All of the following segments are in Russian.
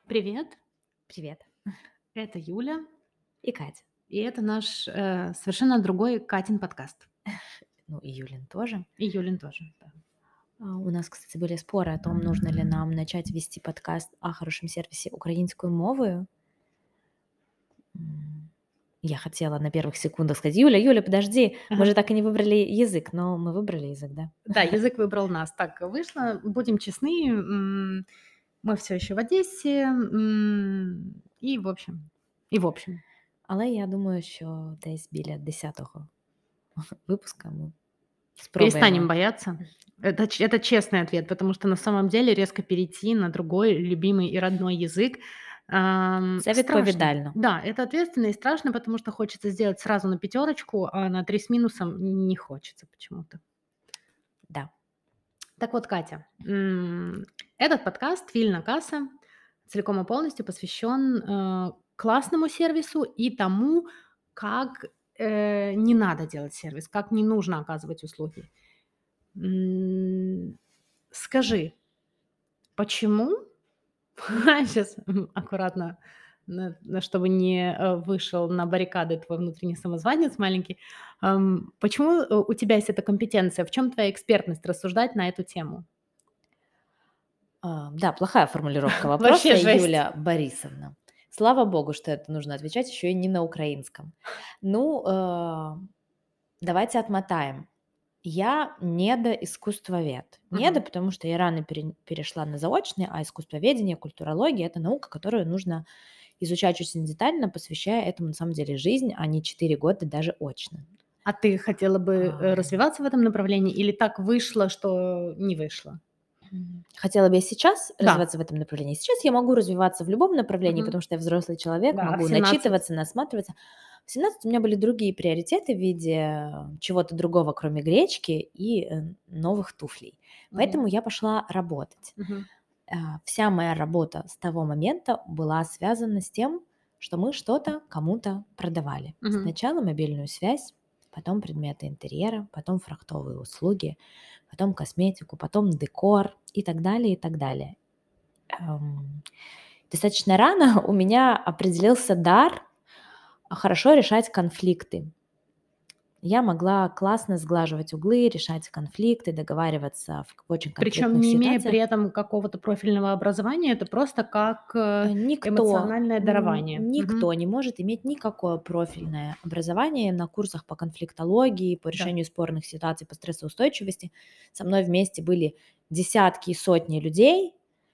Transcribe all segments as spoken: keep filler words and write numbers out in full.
Привет, Привет. это Юля, И Катя. и это наш э, совершенно другой Катин подкаст. Ну, и Юлин тоже. И Юлин тоже. Да. А, У нас, кстати, были споры о том, нужно ли нам начать вести подкаст о хорошем сервисе українською мовою. М, Я хотела на первых секундах сказать, Юля, Юля, подожди, мы Ага. же так и не выбрали язык, но мы выбрали язык, да? Да, язык выбрал нас. Так вышло. Будем честны, м, мы все еще в Одессе. м, И в общем, и в общем. Але я думаю, що десь біля десятого випуска ми Перестанем спробуємо. бояться. Это, ч- это честный ответ, потому что на самом деле резко перейти на другой любимый и родной язык ам, Це страшно. відповідально. Да, это ответственно и страшно, потому что хочется сделать сразу на пятерочку, а на три с минусом не хочется почему-то. Да. Так вот, Катя, м, этот подкаст «Вильна касса» целиком и полностью посвящен э, классному сервису и тому, как э, не надо делать сервис, как не нужно оказывать услуги. М, Скажи, почему сейчас аккуратно, на на чтобы не, э, вышел на баррикады твой внутренний самозванец маленький. Ам, почему, э, у тебя есть эта компетенция? В чем твоя экспертность рассуждать на эту тему? А, Да, плохая формулировка вопроса, Вообще жесть. Юля Борисовна. Слава богу, что это нужно отвечать еще и не на украинском. Ну, э, давайте отмотаем. Я недоискусствовед. Недо, Мгм. потому что я рано пере- перешла на заочный, а искусствоведение, культурология– это наука, которую нужно изучать очень детально, посвящая этому на самом деле жизнь, а не четыре года даже очно. А ты хотела бы, э, А, развиваться в этом направлении или так вышло, что не вышло? М, Хотела бы я сейчас Да. развиваться в этом направлении. Сейчас я могу развиваться в любом направлении, Мгм. потому что я взрослый человек, Да, а в могу семнадцать? начитываться, насматриваться. В семнадцать у меня были другие приоритеты в виде э, чего-то другого, кроме гречки и э, новых туфлей. Мгм. Поэтому я пошла работать. Мгм. А, Вся моя работа с того момента была связана с тем, что мы что-то кому-то продавали. Мгм. Сначала мобильную связь, потом предметы интерьера, потом фрахтовые услуги, потом косметику, потом декор и так далее, и так далее. Эм, Достаточно рано у меня определился дар хорошо решать конфликты. Я могла классно сглаживать углы, решать конфликты, договариваться в к- очень Причем конфликтных не имея при ситуациях. этом какого-то профильного образования, это просто как, э, Э, Никто, эмоциональное н- дарование. Мгм. никто не может иметь никакое профильное образование на курсах по конфликтологии, по Да. решению спорных ситуаций, по стрессоустойчивости. Со мной вместе были десятки и сотни людей.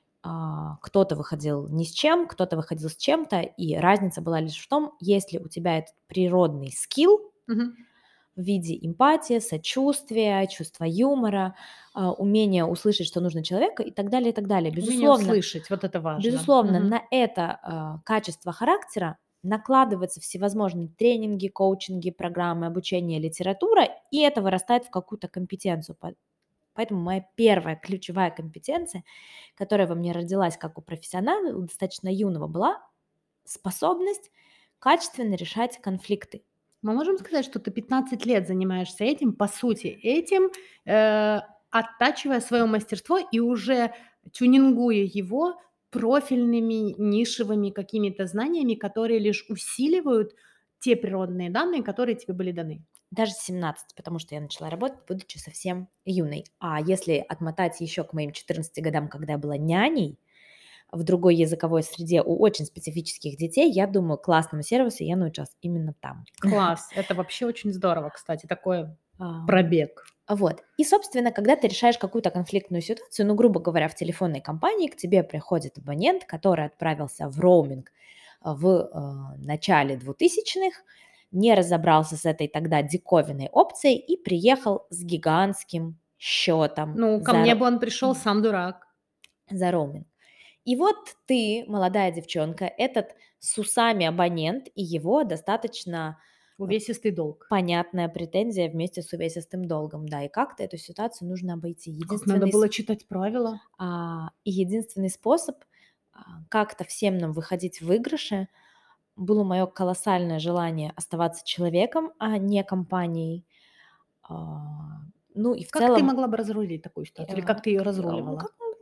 А, Кто-то выходил ни с чем, кто-то выходил с чем-то, и разница была лишь в том, есть ли у тебя этот природный скилл Мгм. в виде эмпатии, сочувствия, чувства юмора, а, умения услышать, что нужно человеку и так далее, и так далее. Умение Безусловно, услышать, вот это важно. Безусловно, Мгм. на это, а, качество характера накладываются всевозможные тренинги, коучинги, программы обучения, литература, и это вырастает в какую-то компетенцию. По Поэтому моя первая ключевая компетенция, которая во мне родилась как у профессионала достаточно юного, была способность качественно решать конфликты. Мы можем сказать, что ты пятнадцать лет занимаешься этим, по сути, этим, э, оттачивая свое мастерство и уже тюнингуя его профильными, нишевыми какими-то знаниями, которые лишь усиливают те природные данные, которые тебе были даны. Даже семнадцать, потому что я начала работать, будучи совсем юной. А если отмотать еще к моим четырнадцати годам, когда я была няней, в другой языковой среде у очень специфических детей, я думаю, классному сервису я научилась именно там. Класс! Это вообще очень здорово, кстати, такой Ам, пробег. вот. И, собственно, когда ты решаешь какую-то конфликтную ситуацию, ну, грубо говоря, в телефонной компании к тебе приходит абонент, который отправился в роуминг а, в э, начале двухтысячных, не разобрался с этой тогда диковинной опцией и приехал с гигантским счетом Ну, ко за, мне ро- бы он пришел сам дурак. за роуминг. И вот ты, молодая девчонка, этот с усами абонент, и его достаточно э, Увесистый долг. понятная претензия вместе с увесистым долгом, да, и как-то эту ситуацию нужно обойти. Как надо Единственный, с- было читать правила. а, и единственный способ а, как-то всем нам выходить в выигрыше было мое колоссальное желание оставаться человеком, а не компанией. А, ну и в Как ты целом могла бы разрулить такую и, ситуацию или а, как ты ее ам, разруливала? как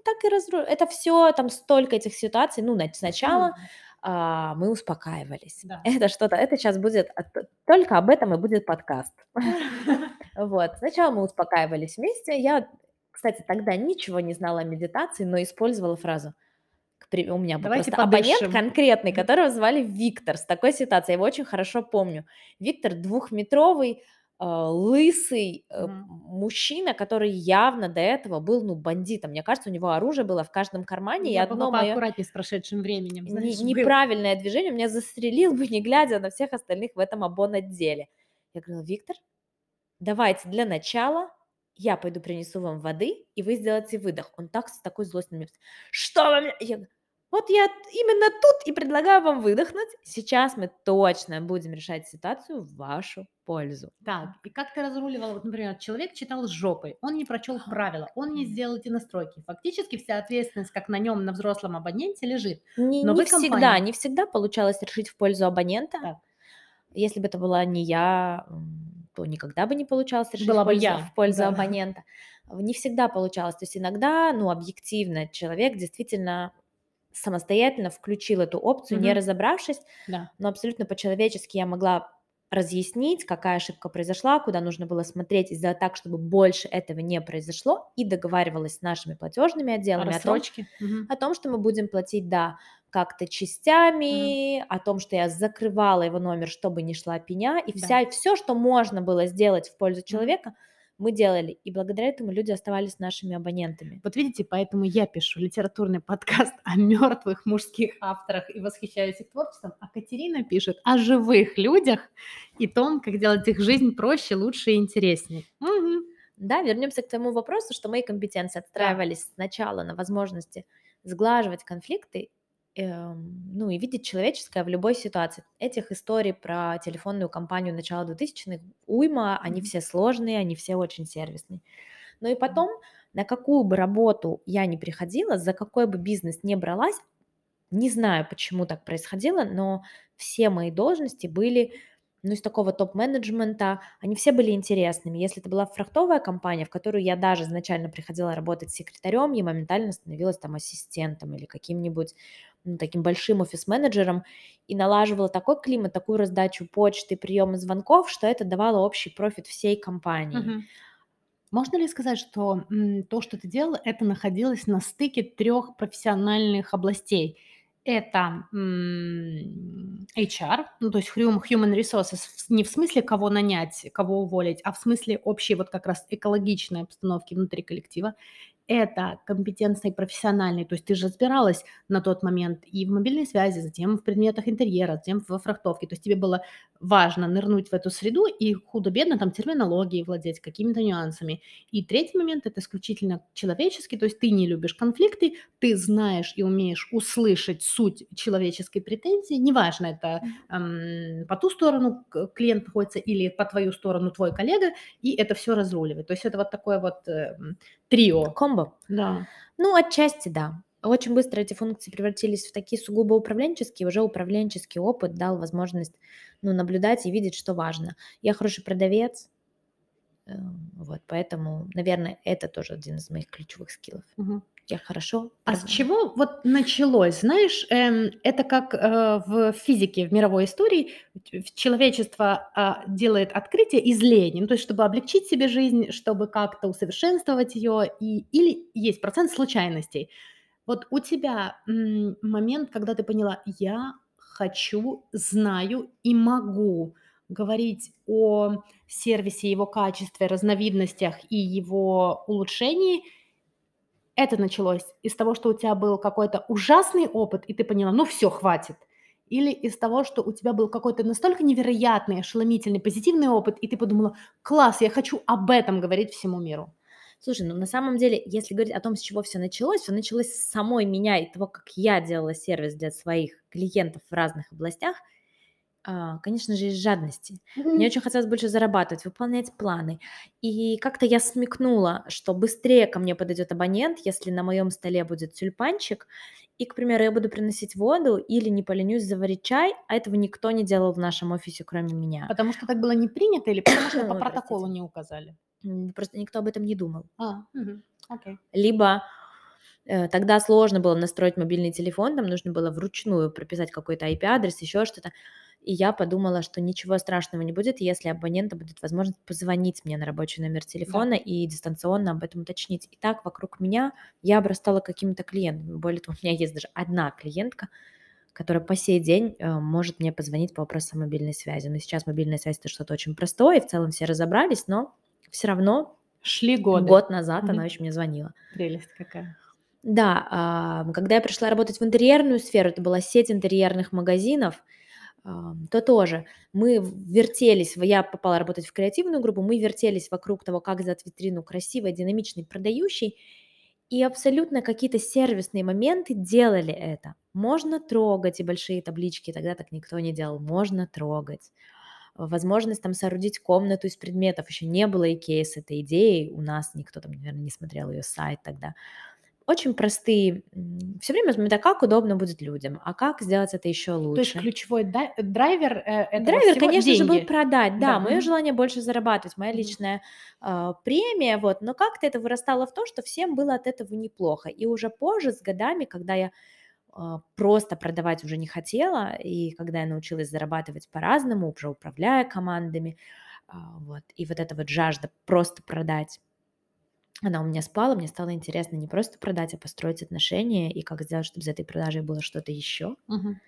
так и разру это всё, там столько этих ситуаций. Ну, нач сначала, Мгм. а, мы успокаивались. Да. Это что-то, это щас будет от только об этом и будет подкаст. Вот. Сначала мы успокаивались вместе. Я, кстати, тогда ничего не знала о медитации, но использовала фразу. К при у меня был Давайте просто абонент подышим. конкретный, которого звали Виктор, с такой ситуацией. Я его очень хорошо помню. Виктор двухметровый, а, лысый, э, Мгм. мужчина, который явно до этого был, ну, бандитом. Мне кажется, у него оружие было в каждом кармане, и Я была одно моё поаккуратнее с прошедшим временем, не знаешь, был. неправильное движение меня застрелил бы, не глядя на всех остальных в этом обонотделе. Я говорила: "Виктор, давайте для начала я пойду принесу вам воды, и вы сделаете выдох". Он так с такой злостью на меня: "Что вы мне?" Я говорю: "Вот я именно тут и предлагаю вам выдохнуть. Сейчас мы точно будем решать ситуацию в вашу пользу". Так, и как ты разруливала? Вот, например, человек читал с жопой, он не прочел правила, он не сделал эти настройки. Фактически вся ответственность, как на нем, на взрослом абоненте, лежит. Не Но не вы всегда, компания. не всегда получалось решить в пользу абонента. Так. Если бы это была не я, м, то никогда бы не получалось решить в Была бы пользу в я, пользу да. абонента. Не всегда получалось. То есть иногда, ну, объективно человек действительно самостоятельно включил эту опцию, не Мгм. разобравшись, Да. но абсолютно по-человечески я могла разъяснить, какая ошибка произошла, куда нужно было смотреть и сделать так, чтобы больше этого не произошло, и договаривалась с нашими платежными А отделами о том рассрочки? Мгм. о том, что мы будем платить, да, как-то Мгм. частями, о том, что я закрывала его номер, чтобы не шла пеня, и Да. вся всё, что можно было сделать в пользу Мгм. человека, мы делали. И благодаря этому люди оставались нашими абонентами. Вот видите, поэтому я пишу литературный подкаст о мертвых мужских авторах и восхищаюсь их творчеством, а Катерина пишет о живых людях и том, как делать их жизнь проще, лучше и интереснее. Мгм. Да, вернемся к твоему вопросу, что мои компетенции Да. отстраивались сначала на возможности сглаживать конфликты, эм, ну, и видеть человеческое в любой ситуации. Этих историй про телефонную компанию начала двухтысячных уйма, они Мгм. все сложные, они все очень сервисные. Ну и Мгм. потом, на какую бы работу я ни приходила, за какой бы бизнес не бралась, не знаю, почему так происходило, но все мои должности были, ну, из такого топ-менеджмента, они все были интересными. Если это была фрахтовая компания, в которую я даже изначально приходила работать секретарем, я моментально становилась там ассистентом или каким-нибудь, ну, таким большим офис-менеджером и налаживала такой климат, такую раздачу почты, приемы звонков, что это давало общий профит всей компании. Мгм. Можно ли сказать, что, м, то, что ты делала, это находилось на стыке трех профессиональных областей? Это, м, эйч ар, ну, то есть хрюм human resources, в не в смысле кого нанять, кого уволить, а в смысле общей вот как раз экологичной обстановки внутри коллектива. Это компетенции профессиональные, то есть ты же разбиралась на тот момент и в мобильной связи, затем в предметах интерьера, затем во фрахтовке. То есть тебе было важно нырнуть в эту среду и худо-бедно там терминологией владеть, какими-то нюансами. И третий момент- это исключительно человеческий, то есть ты не любишь конфликты, ты знаешь и умеешь услышать суть человеческой претензии, неважно, это, Мгм. ам, по ту сторону к клиент находится или по твою сторону твой коллега, и это всё разруливать. То есть это вот такое вот, эм, трио. Комбо. Да. Ну, отчасти да. Очень быстро эти функции превратились в такие сугубо управленческие. Уже управленческий опыт дал возможность, ну, наблюдать и видеть, что важно. Я хороший продавец, э, вот, поэтому, наверное, это тоже один из моих ключевых скиллов. Мгм. Я хорошо А с продаю. чего вот началось? Знаешь, эм, это как, э, в физике, в мировой истории ч человечество, а, делает открытие из лени, ну, то есть чтобы облегчить себе жизнь, чтобы как-то усовершенствовать её, и или есть процент случайностей. Вот у тебя, м, момент, когда ты поняла: "Я хочу, знаю и могу говорить о сервисе, его качестве, разновидностях и его улучшении". Это началось из того, что у тя был какой-то ужасный опыт, и ты поняла: "Ну всё, хватит"? Или из того, что у тебя был какой-то настолько невероятный, ошеломительный, позитивный опыт, и ты подумала: "Класс, я хочу об этом говорить всему миру"? Слушай, ну, на самом деле, если говорить о том, с чего всё началось, всё началось с самой меня и того, как я делала сервис для своих клиентов в разных областях, а, конечно же, из жадности. Мне Мгм. очень хотелось больше зарабатывать, выполнять планы. И как-то я смекнула, что быстрее ко мне подойдет абонент, если на моем столе будет тюльпанчик и, к примеру, я буду приносить воду или не поленюсь заварить чай, а этого никто не делал в нашем офисе, кроме меня. Потому что так было не принято или потому что по Ой, протоколу простите. не указали? М, просто никто об этом не думал. А, мгм, окей. Либо Э, тогда сложно было настроить мобильный телефон, там нужно было вручную прописать какой-то ай пи-адрес, еще что-то. И я подумала, что ничего страшного не будет, если абонента будет возможность позвонить мне на рабочий номер Да. телефона и дистанционно об этом уточнить. И так вокруг меня я обрастала какими-то клиентами. Более того, у меня есть даже одна клиентка, которая по сей день э, может мне позвонить по вопросам мобильной связи. Но сейчас мобильная связь это что-то очень простое, и в целом все разобрались, но все равно Шли годы. год назад она Мгм. еще мне звонила. Прелесть какая. Да, а, когда я пришла работать в интерьерную сферу, это была сеть интерьерных магазинов, ам, то тоже мы в- вертелись, в- я попала работать в креативную группу, мы вертелись вокруг того, как сделать витрину красивой, динамичной, продающей, и абсолютно какие-то сервисные моменты делали это. Можно трогать и большие таблички, тогда так никто не делал, можно трогать. Возможность там соорудить комнату из предметов, еще не было Икеи с этой идеей, у нас никто там, наверное, не смотрел ее сайт тогда. Очень простые, все время смотрю, как удобно будет людям, а как сделать это еще То есть лучше. ключевой да- драйвер э, этого Драйвер, всего — конечно же, был деньги. продать, да, Да. мое Мгм. желание больше зарабатывать, моя Мгм. личная а, премия, вот, но как-то это вырастало в то, что всем было от этого неплохо. И уже позже, с годами, когда я а, просто продавать уже не хотела, и когда я научилась зарабатывать по-разному, уже управляя командами, а, вот, и вот эта вот жажда просто продать, она у меня спала, мне стало интересно не просто продать, а построить отношения, и как сделать, чтобы из этой продажи было что-то еще. Мгм.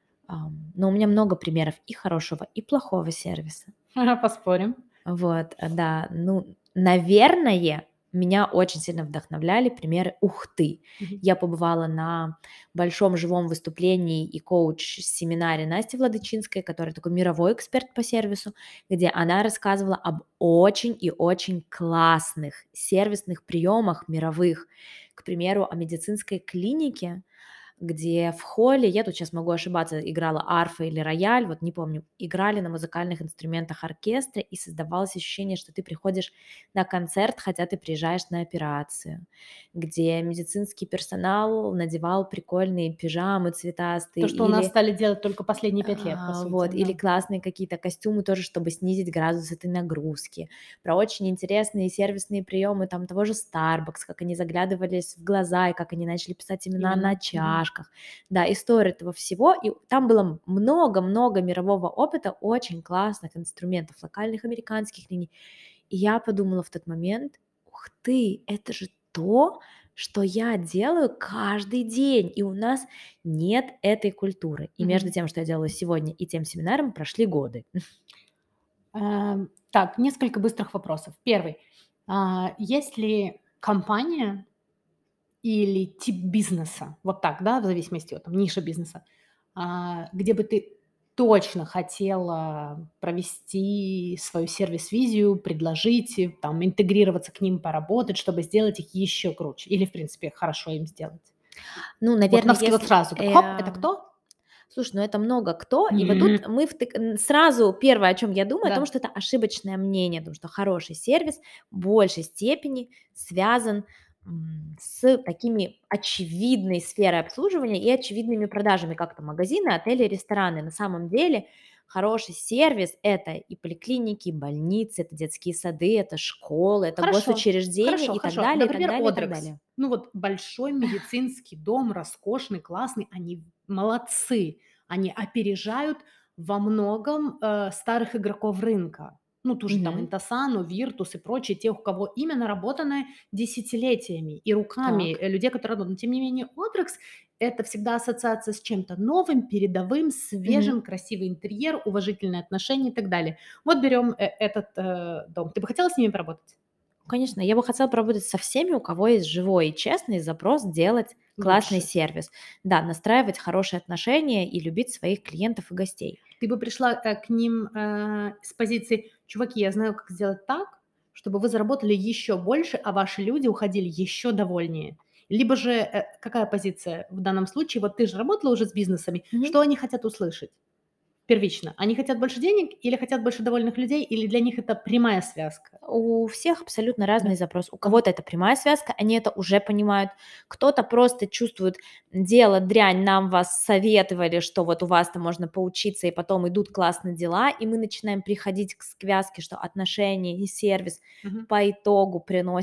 Ам, Но у меня много примеров и хорошего, и плохого сервиса. Поспорим. Вот, э, да, ну, наверное, меня очень сильно вдохновляли примеры Ухты. Мгм. Я побывала на большом живом выступлении и коуч-семинаре Насти Владычинской, которая такой мировой эксперт по сервису, где она рассказывала об очень и очень классных сервисных приемах мировых. К примеру, о медицинской клинике, где в холле, я тут сейчас могу ошибаться, играла арфа или рояль, вот не помню, играли на музыкальных инструментах оркестра, и создавалось ощущение, что ты приходишь на концерт, хотя ты приезжаешь на операцию, где медицинский персонал надевал прикольные пижамы цветастые То, что у нас или стали делать только последние пять лет, по а, сути. вот, или Да. классные какие-то костюмы тоже, чтобы снизить градус этой нагрузки. Про очень интересные сервисные приемы там того же Starbucks, как они заглядывались в глаза и как они начали писать имена на Именно. Мгм. чашках. Да, история этого всего. И там было много-много мирового опыта, очень классных инструментов, локальных американских линий. И я подумала в тот момент, ух ты, это же то, что я делаю каждый день, и у нас нет этой культуры. И между Мгм. тем, что я делала сегодня, и тем семинаром прошли годы. Эм, Так, несколько быстрых вопросов. Первый. А, Есть ли компания или тип бизнеса, вот так, да, в зависимости от там, ниши бизнеса, а, где бы ты точно хотела провести свою сервис-визию, предложить, и там, интегрироваться к ним, поработать, чтобы сделать их еще круче или, в принципе, хорошо им сделать? Ну, Вот наверное, навски вот если... сразу так хоп, это э, кто? Слушай, ну это много кто. И вот тут Мгм. мы втык- н- сразу первое, о чем я думаю, о том, Да. что это ошибочное мнение, о том, что хороший сервис в большей степени связан м, с такими очевидной сферой обслуживания и очевидными продажами, как то магазины, отели, рестораны. На самом деле хороший сервис — это и поликлиники, и больницы, это детские сады, это школы, это Хорошо, госучреждения хорошо, и так хорошо. далее, и так Например, далее, и так Одрекс. далее. Ну вот большой медицинский дом, роскошный, классный. Они молодцы. Они опережают во многом э, старых игроков рынка. Ну, ту же там Мгм. Интосану, Виртус и прочие, тех, у кого имя наработанное десятилетиями и руками Так. э, людей, которые работают. Но тем не менее, Одрекс — это всегда ассоциация с чем-то новым, передовым, Мгм. свежим, красивый интерьер, уважительные отношения и так далее. Вот берем э, этот э, дом. Ты бы хотела с ними поработать? Конечно, я бы хотела поработать со всеми, у кого есть живой и честный запрос делать классный Лучше. сервис. Да, настраивать хорошие отношения и любить своих клиентов и гостей. Ты бы пришла, э, к ним, э, с позиции: "Чуваки, я знаю, как сделать так, чтобы вы заработали еще больше, а ваши люди уходили еще довольнее". Либо же, э, какая позиция в данном случае? Вот ты же работала уже с бизнесами. Мгм. Что они хотят услышать первично? Они хотят больше денег или хотят больше довольных людей, или для них это прямая связка? У всех абсолютно Да. разный запрос. У Ага. кого-то это прямая связка, они это уже понимают. Кто-то просто чувствует, дело дрянь, нам вас советовали, что вот у вас-то можно поучиться, и потом идут классные дела, и мы начинаем приходить к связке, что отношения и сервис Мгм. по итогу приносят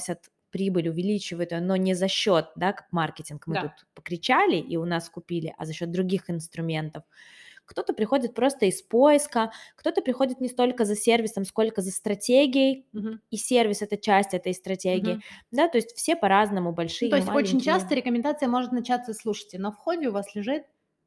прибыль, увеличивают ее, но не за счет, да, как маркетинг, мы тут Да. покричали и у нас купили, а за счет других инструментов. Кто-то приходит просто из поиска, кто-то приходит не столько за сервисом, сколько за стратегией, Мгм. и сервис — это часть этой стратегии, Мгм. да, то есть все по-разному, Ну, большие, то есть очень маленькие. часто рекомендация может начаться: слушайте, на входе у вас лежит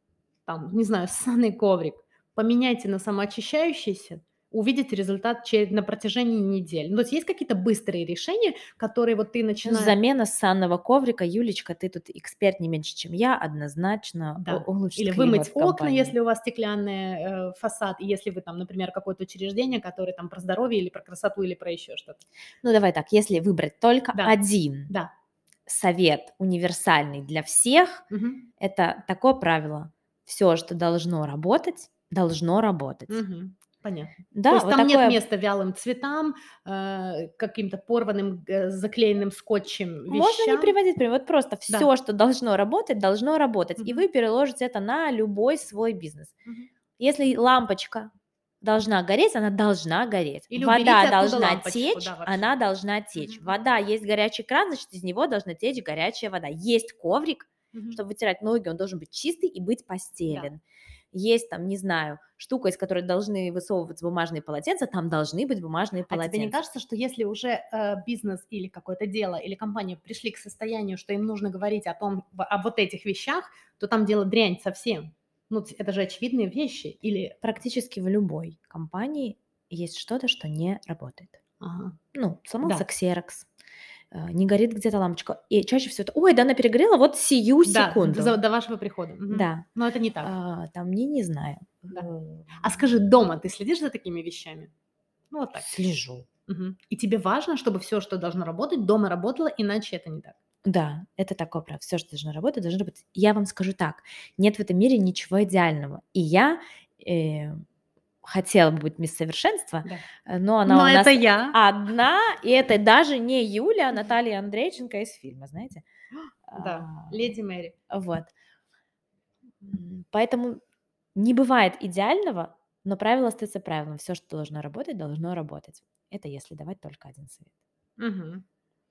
там, не знаю, ссаный коврик, поменяйте на самоочищающийся, увидите результат че на протяжении недели. Ну, то есть есть какие-то быстрые решения, которые вот ты Ну, начинаешь. замена ссанного коврика, Юлечка, ты тут эксперт не меньше, чем я, однозначно у Да. улучшит Или климат вымыть в окна, компании. если у вас стеклянный, э, фасад, и если вы там, например, какое-то учреждение, которое там про здоровье или про красоту, или про еще что-то. Ну, давай так, если выбрать только Да, один да. совет универсальный для всех, Мгм. это такое правило: все, что должно работать, должно работать. Мгм. Понятно. То Да, есть вот там нет такое места вялым цветам, э, каким-то порванным, г заклеенным скотчем можно не вещам. приводить пример, вот просто Да. все, что должно работать, должно работать, и Мгм. вы переложите это на любой свой бизнес. Мгм. Если лампочка должна гореть, она должна гореть. Или Вода уберите оттуда должна лампочку, течь, да, вообще. она должна течь. Мгм, мгм, Вода, есть горячий кран, значит, из него должна течь горячая вода. Есть коврик, мгм. чтобы вытирать ноги, он должен быть чистый и быть Да. постелен. Есть там, не знаю, штука, из которой должны высовываться бумажные полотенца, там должны быть бумажные А тебе не полотенца. кажется, что если уже, э, бизнес или какое-то дело, или компания пришли к состоянию, что им нужно говорить о том, в о вот этих вещах, то там дело дрянь совсем? Ну, т это же очевидные вещи. Или Практически в любой компании есть что-то, что не работает. ага, Ну, сломался да, ксерокс, э, не горит где-то лампочка. И чаще всего это: "Ой, да она перегорела вот сию да, д за секунду". до вашего прихода. Мгм. Да, Но это не так. а, там не не знаю, Да. э, А скажи, дома ты следишь за такими вещами? Ну, вот так. слежу. Мгм. И тебе важно, чтобы все, что должно работать, дома работало, иначе это не так? Да, это такое прав Все, что должно работать, должно быть. Я вам скажу так: нет в этом мире ничего идеального. И я, э, хотела бы быть мисс совершенства, Да. э, но она Но у это нас я. одна, и это даже не Юля, а Наталья Андрейченко из фильма, знаете. Да, А, леди Мэри. вот. М, поэтому не бывает идеального, но правило остается правилом. Все, что должно работать, должно работать. Это если давать только один совет. Мгм.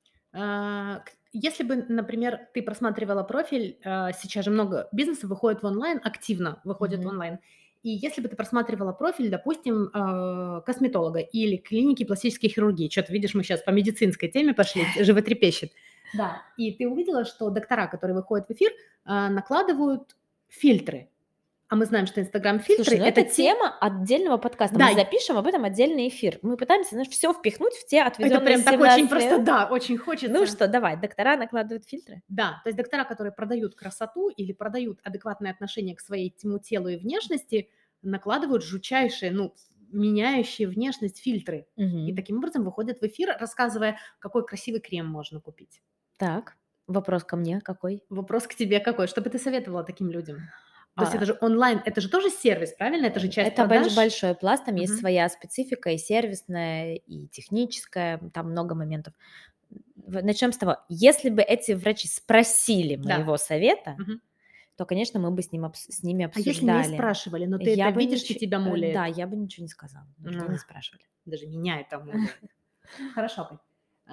А, к Если бы, например, ты просматривала профиль, а, сейчас же много бизнесов выходит в онлайн, активно выходит в Мгм. онлайн. И если бы ты просматривала профиль, допустим, а, косметолога или клиники пластической хирургии, что то видишь, мы сейчас по медицинской теме пошли, животрепещет. Да, и ты увидела, что доктора, которые выходят в эфир, а, накладывают фильтры. А мы знаем, что Слушай, "Инстаграм"-фильтры — ну это это те. тема отдельного подкаста. Мы Да, запишем об этом отдельный эфир. Мы пытаемся, знаешь, все впихнуть в те это отведенные прям так очень семнадцать просто, минут. да, очень Ну хочется. что, давай, доктора накладывают фильтры? Да, то есть доктора, которые продают красоту или продают адекватное отношение к своему телу и внешности, накладывают жутчайшие, ну, меняющие внешность фильтры. И Мгм. таким образом выходят в эфир, рассказывая, какой красивый крем можно купить. Так, вопрос ко мне какой? Вопрос к тебе какой? Что бы ты советовала таким людям? То есть это А, же онлайн, это же тоже сервис, правильно? Это же Эн часть это больш продаж. большой пласт, там есть Мгм. своя специфика и сервисная, и техническая, там много моментов. Начнем с того, если бы эти врачи спросили Да. моего совета, Мгм. то, конечно, мы бы с ним обс с ними А если не обсуждали. спрашивали, но ты это Я бы видишь и ниче тебя э, да, муляет? я бы ничего не сказала, но меня не А, спрашивали. даже меня это муляет. Хорошо. Кать.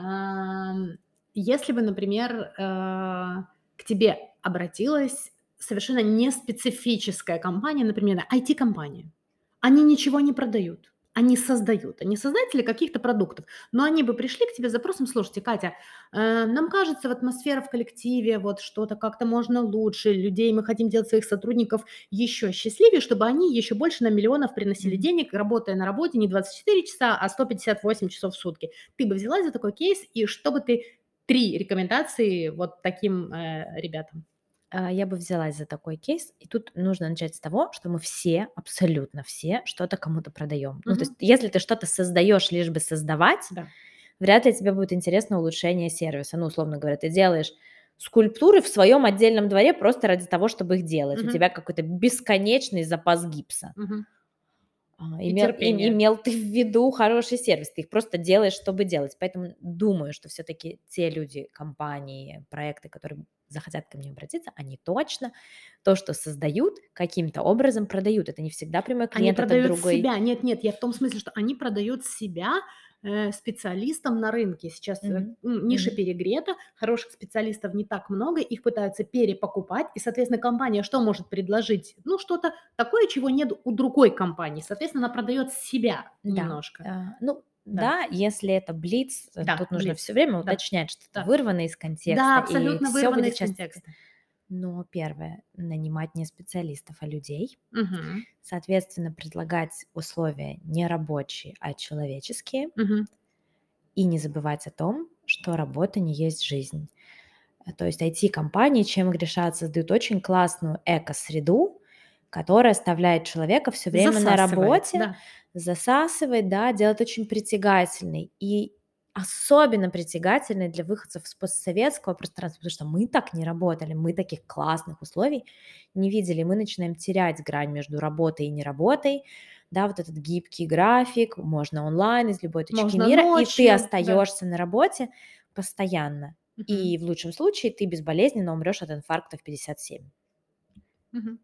Ам, Если бы, например, а, к тебе обратилась совершенно неспецифическая компания, например, I T-компания. Они ничего не продают, они создают, они создатели каких-то продуктов, но они бы пришли к тебе с запросом: "Слушайте, Катя, э, нам кажется, в атмосфера в коллективе, вот что-то как-то можно лучше, людей мы хотим делать своих сотрудников еще счастливее, чтобы они еще больше на миллионов приносили Мгм. денег, работая на работе не двадцать четыре часа, а сто пятьдесят восемь часов в сутки". Ты бы взялась за такой кейс, и что бы ты три рекомендации вот таким, э, ребятам? А, я бы взялась за такой кейс, и тут нужно начать с того, что мы все, абсолютно все, что-то кому-то продаем. Ну, то есть, Мгм. если ты что-то создаешь лишь бы создавать, Да. вряд ли тебе будет интересно улучшение сервиса. Ну, условно говоря, ты делаешь скульптуры в своем отдельном дворе просто ради того, чтобы их делать. У Мгм. тебя какой-то бесконечный запас гипса. Мгм. А, И имел, им- терпение. имел ты в виду хороший сервис, ты их просто делаешь, чтобы делать. Поэтому думаю, что все-таки те люди, компании, проекты, которые захотят ко мне обратиться, они точно то, что создают, каким-то образом продают. Это не всегда прямой Они клиент, это продают другой. себя. Нет, нет, я в том смысле, что они продают себя, э, специалистам на рынке. Сейчас, э, Мгм. м, ниша Мгм. перегрета, хороших специалистов не так много, их пытаются перепокупать, и, соответственно, компания что может предложить? Ну, что-то такое, чего нет у другой компании. Соответственно, она продает себя Да, немножко. а, ну Да, да, если это блиц, э, да, тут нужно блиц. все время Да, уточнять, что это да. вырвано из Да, контекста, и абсолютно все вырвано будет из часто. контекста. Но первое — нанимать не специалистов, а людей. Мгм. Соответственно, предлагать условия не рабочие, а человеческие. Мгм. И не забывать о том, что работа не есть жизнь. Э, То есть I T-компании, чем грешат, создают очень классную эко-среду, которая оставляет человека все время на Засасывает, работе, да. засасывает, да, делает очень притягательной. И особенно притягательной для выходцев из постсоветского пространства, потому что мы так не работали, мы таких классных условий не видели. Мы начинаем терять грань между работой и неработой, да, вот этот гибкий график, можно онлайн из любой точки Можно мира, и ты ночью, да. остаешься на работе постоянно. Мгм. И в лучшем случае ты безболезненно умрешь от инфаркта в пятьдесят семь. Мгм.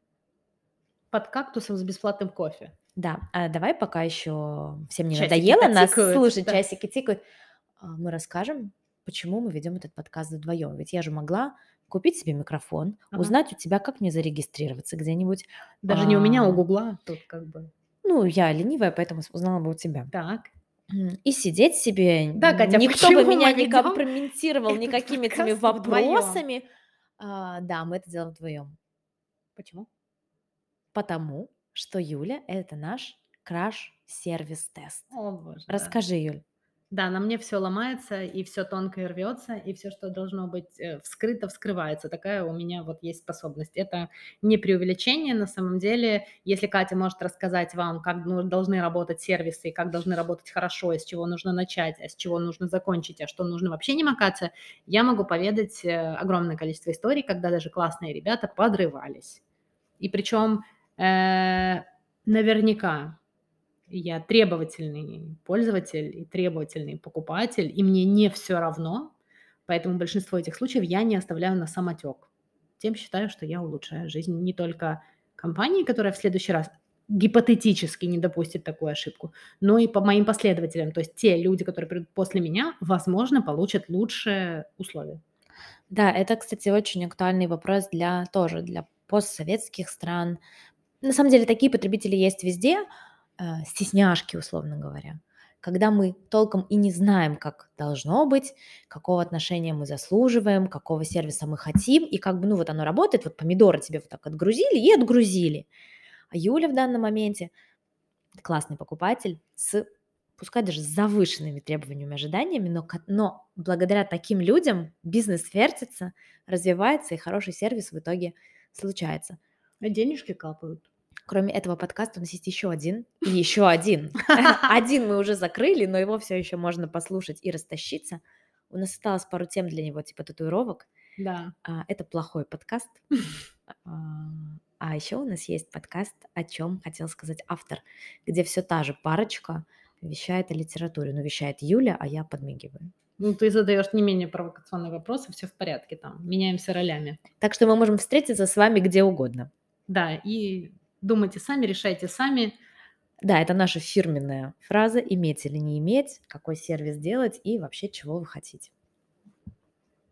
Под кактусом с бесплатным кофе. Да, а давай, пока еще всем не надоело Часики-то нас тикают, слушать, да. часики тикают, а, мы расскажем, почему мы ведем этот подкаст вдвоем. Ведь я же могла купить себе микрофон, Ага. узнать у тебя, как мне зарегистрироваться где-нибудь. Даже не у меня, а у А, "Гугла" тут как бы. ну, я ленивая, поэтому с- узнала бы у тебя. Так. М, И сидеть себе, Да, Катя, никто бы почему меня мы не ведем компрометировал этот никакими этими подкаст вдвоем? вопросами. А, Да, мы это делаем вдвоем. Почему? Потому что Юля — это наш краш-сервис-тест. О боже, да. Расскажи, Юль. Да, на мне все ломается, и все тонкое рвется, и все, что должно быть, э, вскрыто, вскрывается. Такая у меня вот есть способность. Это не преувеличение. На самом деле, если Катя может рассказать вам, как, ну, должны работать сервисы, и как должны работать хорошо, и с чего нужно начать, а с чего нужно закончить, а что нужно вообще не макаться, я могу поведать, э, огромное количество историй, когда даже классные ребята подрывались. И причем, э, наверняка я требовательный пользователь и требовательный покупатель, и мне не все равно, поэтому большинство этих случаев я не оставляю на самотек. Тем считаю, что я улучшаю жизнь не только компании, которая в следующий раз гипотетически не допустит такую ошибку, но и по моим последователям. То есть те люди, которые придут после меня, возможно, получат лучшие условия. Да, это, кстати, очень актуальный вопрос для тоже для постсоветских стран. На самом деле такие потребители есть везде, э, стесняшки, условно говоря. Когда мы толком и не знаем, как должно быть, какого отношения мы заслуживаем, какого сервиса мы хотим, и как бы, ну, вот оно работает, вот помидоры тебе вот так отгрузили и отгрузили. А Юля в данном моменте классный покупатель с, пускай даже с завышенными требованиями, ожиданиями, но, ко- но благодаря таким людям бизнес вертится, развивается, и хороший сервис в итоге случается. А денежки капают. Кроме этого подкаста у нас есть еще один и еще один. Один мы уже закрыли, но его все еще можно послушать и растащиться. У нас осталось пару тем для него, типа татуировок. Да. А, Это плохой подкаст. А а еще у нас есть подкаст "О чем хотел сказать автор", где все та же парочка вещает о литературе. Ну, вещает Юля, а я подмигиваю. Ну, ты задаешь не менее провокационные вопросы, все в порядке там, меняемся ролями. Так что мы можем встретиться с вами где угодно. Да, и думайте сами, решайте сами. Да, это наша фирменная фраза: иметь или не иметь, какой сервис делать и вообще чего вы хотите.